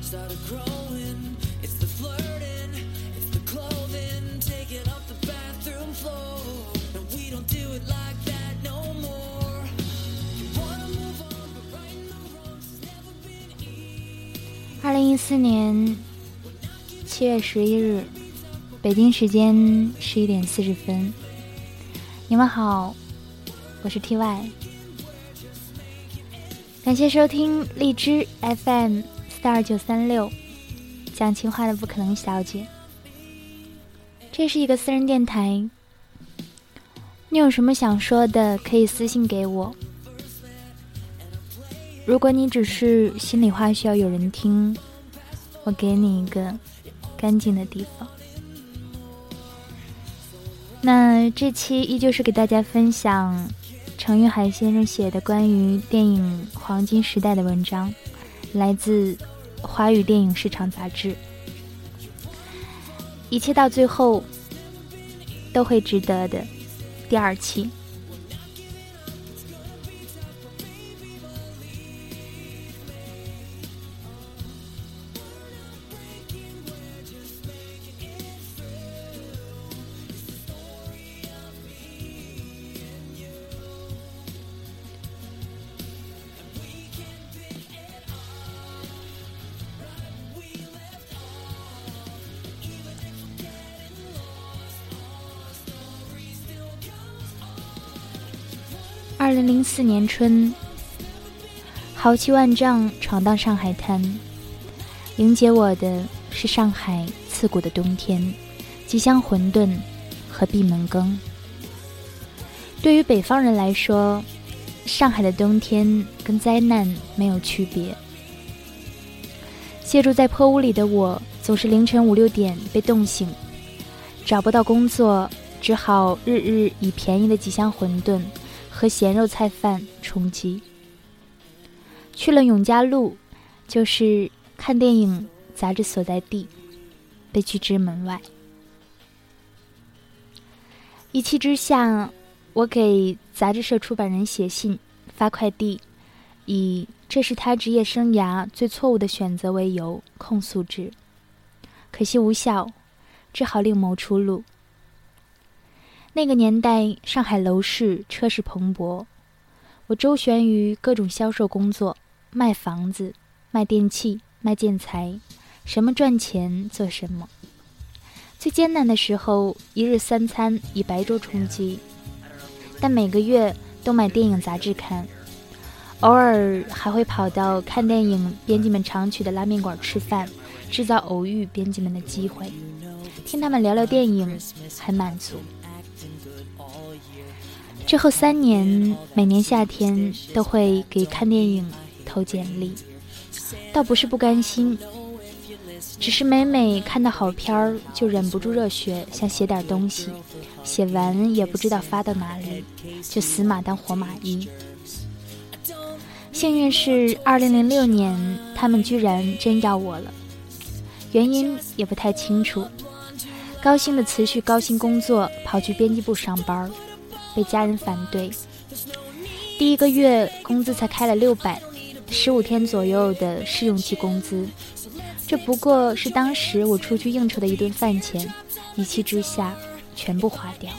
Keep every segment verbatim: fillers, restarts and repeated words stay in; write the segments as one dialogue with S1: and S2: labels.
S1: 二零一四年七月十一日，北京时间十一点四十分。你们好，我是 T Y， 感谢收听荔枝 F M 四二九三六，讲情话的不可能小姐。这是一个私人电台，你有什么想说的，可以私信给我。如果你只是心里话需要有人听，我给你一个干净的地方。那这期依旧是给大家分享程昱海先生写的关于电影黄金时代的文章，来自华语电影市场杂志。一切到最后都会值得的第二期。二零零四年春，豪气万丈闯荡上海滩，迎接我的是上海刺骨的冬天，吉祥馄饨和闭门羹。对于北方人来说，上海的冬天跟灾难没有区别。借住在破屋里的我，总是凌晨五六点被冻醒，找不到工作，只好日日以便宜的吉祥馄饨和咸肉菜饭充饥。去了永嘉路，就是看电影杂志所在地，被拒之门外。一气之下，我给杂志社出版人写信发快递，以这是他职业生涯最错误的选择为由控诉之，可惜无效，只好另谋出路。那个年代，上海楼市车市蓬勃，我周旋于各种销售工作，卖房子，卖电器，卖建材，什么赚钱做什么。最艰难的时候，一日三餐以白粥充饥，但每个月都买电影杂志看，偶尔还会跑到看电影编辑们常去的拉面馆吃饭，制造偶遇编辑们的机会，听他们聊聊电影，很满足。之后三年，每年夏天都会给看电影投简历，倒不是不甘心，只是每每看到好片儿就忍不住热血，想写点东西，写完也不知道发到哪里，就死马当活马医。幸运是二零零六年他们居然真要我了，原因也不太清楚，高兴的辞去高薪工作，跑去编辑部上班，被家人反对。第一个月工资才开了六百，十五天左右的试用期工资，这不过是当时我出去应酬的一顿饭钱，一气之下全部花掉。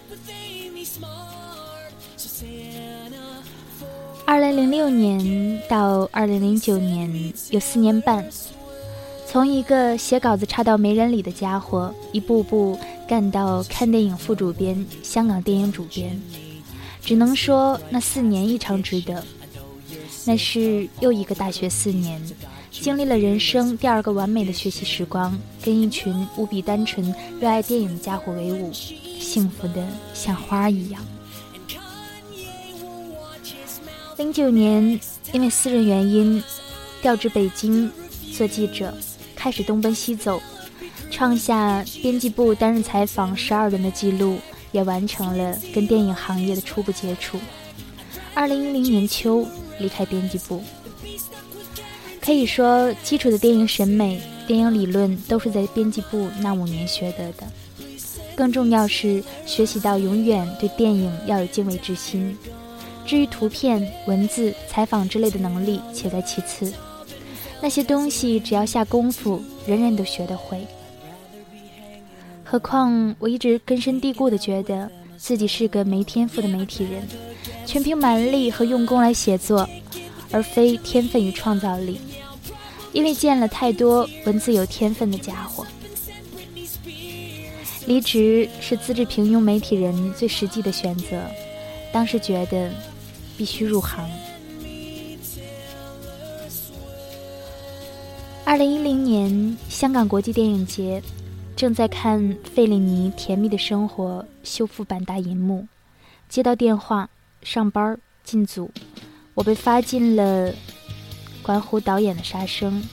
S1: 二零零六年到二零零九年有四年半，从一个写稿子差到没人理的家伙，一步步干到看电影副主编，香港电影主编。只能说那四年异常值得，那是又一个大学四年，经历了人生第二个完美的学习时光，跟一群无比单纯热爱电影的家伙为伍，幸福的像花一样。零九年因为私人原因调至北京做记者，开始东奔西走，创下编辑部单日采访十二轮的记录，也完成了跟电影行业的初步接触。二零一零年秋离开编辑部，可以说基础的电影审美、电影理论都是在编辑部那五年学得的，更重要是学习到永远对电影要有敬畏之心。至于图片、文字、采访之类的能力且在其次， 那些东西只要下功夫，人人都学得会。何况我一直根深蒂固地觉得自己是个没天赋的媒体人，全凭蛮力和用功来写作，而非天分与创造力。因为见了太多文字有天分的家伙。离职是资质平庸媒体人最实际的选择，当时觉得必须入行。二零一零年香港国际电影节，正在看费里尼《甜蜜的生活》修复版大银幕，接到电话，上班进组，我被发进了关乎导演的杀生。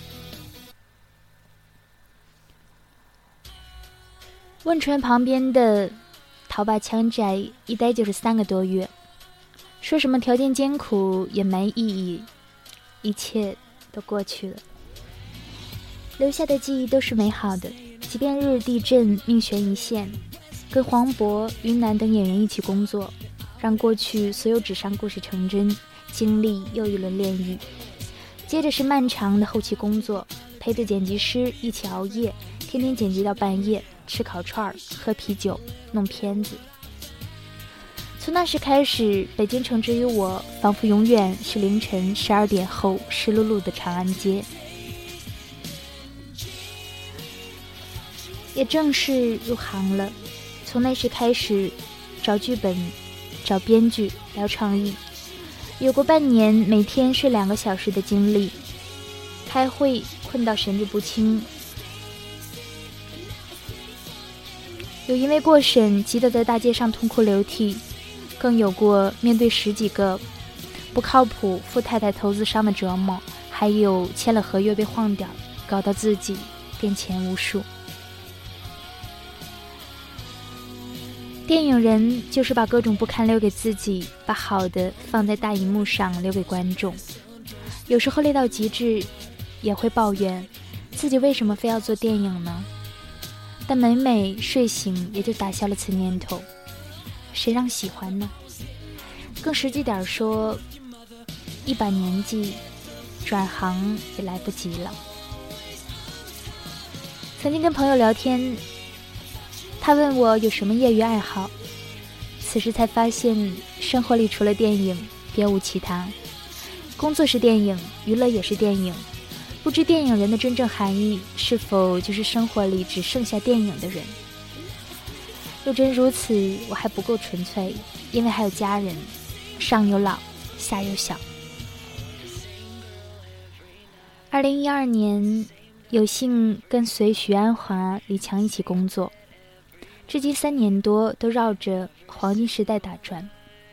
S1: 汶川旁边的陶坝羌寨一待就是三个多月，说什么条件艰苦也没意义，一切都过去了，留下的记忆都是美好的。即便日地震命悬一线，跟黄渤、云南等演员一起工作，让过去所有纸上故事成真，经历又一轮炼狱。接着是漫长的后期工作，陪着剪辑师一起熬夜，天天剪辑到半夜，吃烤串喝啤酒弄片子。从那时开始，北京城之于我仿佛永远是凌晨十二点后湿漉漉的长安街。也正式入行了，从那时开始找剧本，找编剧，聊创意，有过半年每天睡两个小时的经历，开会困到神志不清，有因为过审急得在大街上痛哭流涕，更有过面对十几个不靠谱富太太投资商的折磨，还有签了合约被晃掉，搞到自己变钱无数。电影人就是把各种不堪留给自己，把好的放在大荧幕上留给观众。有时候累到极致，也会抱怨自己为什么非要做电影呢？但每每睡醒，也就打消了此念头。谁让喜欢呢？更实际点说，一把年纪，转行也来不及了。曾经跟朋友聊天，他问我有什么业余爱好，此时才发现生活里除了电影别无其他。工作是电影，娱乐也是电影，不知电影人的真正含义是否就是生活里只剩下电影的人。若真如此，我还不够纯粹，因为还有家人，上有老下有小。二零一二年有幸跟随徐安华、李强一起工作，至今三年多都绕着黄金时代打转。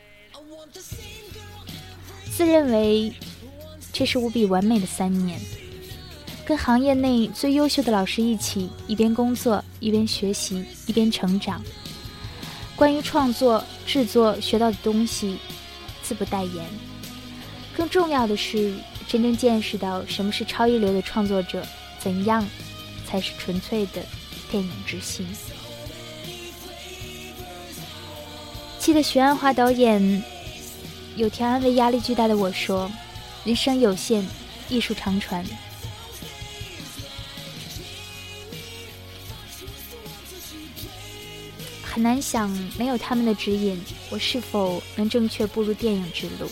S1: 自认为这是无比完美的三年，跟行业内最优秀的老师一起，一边工作一边学习一边成长。关于创作制作学到的东西自不待言，更重要的是真正见识到什么是超一流的创作者，怎样才是纯粹的电影之心。记得徐安华导演有条安慰压力巨大的我说，人生有限，艺术长传。很难想没有他们的指引，我是否能正确步入电影之路。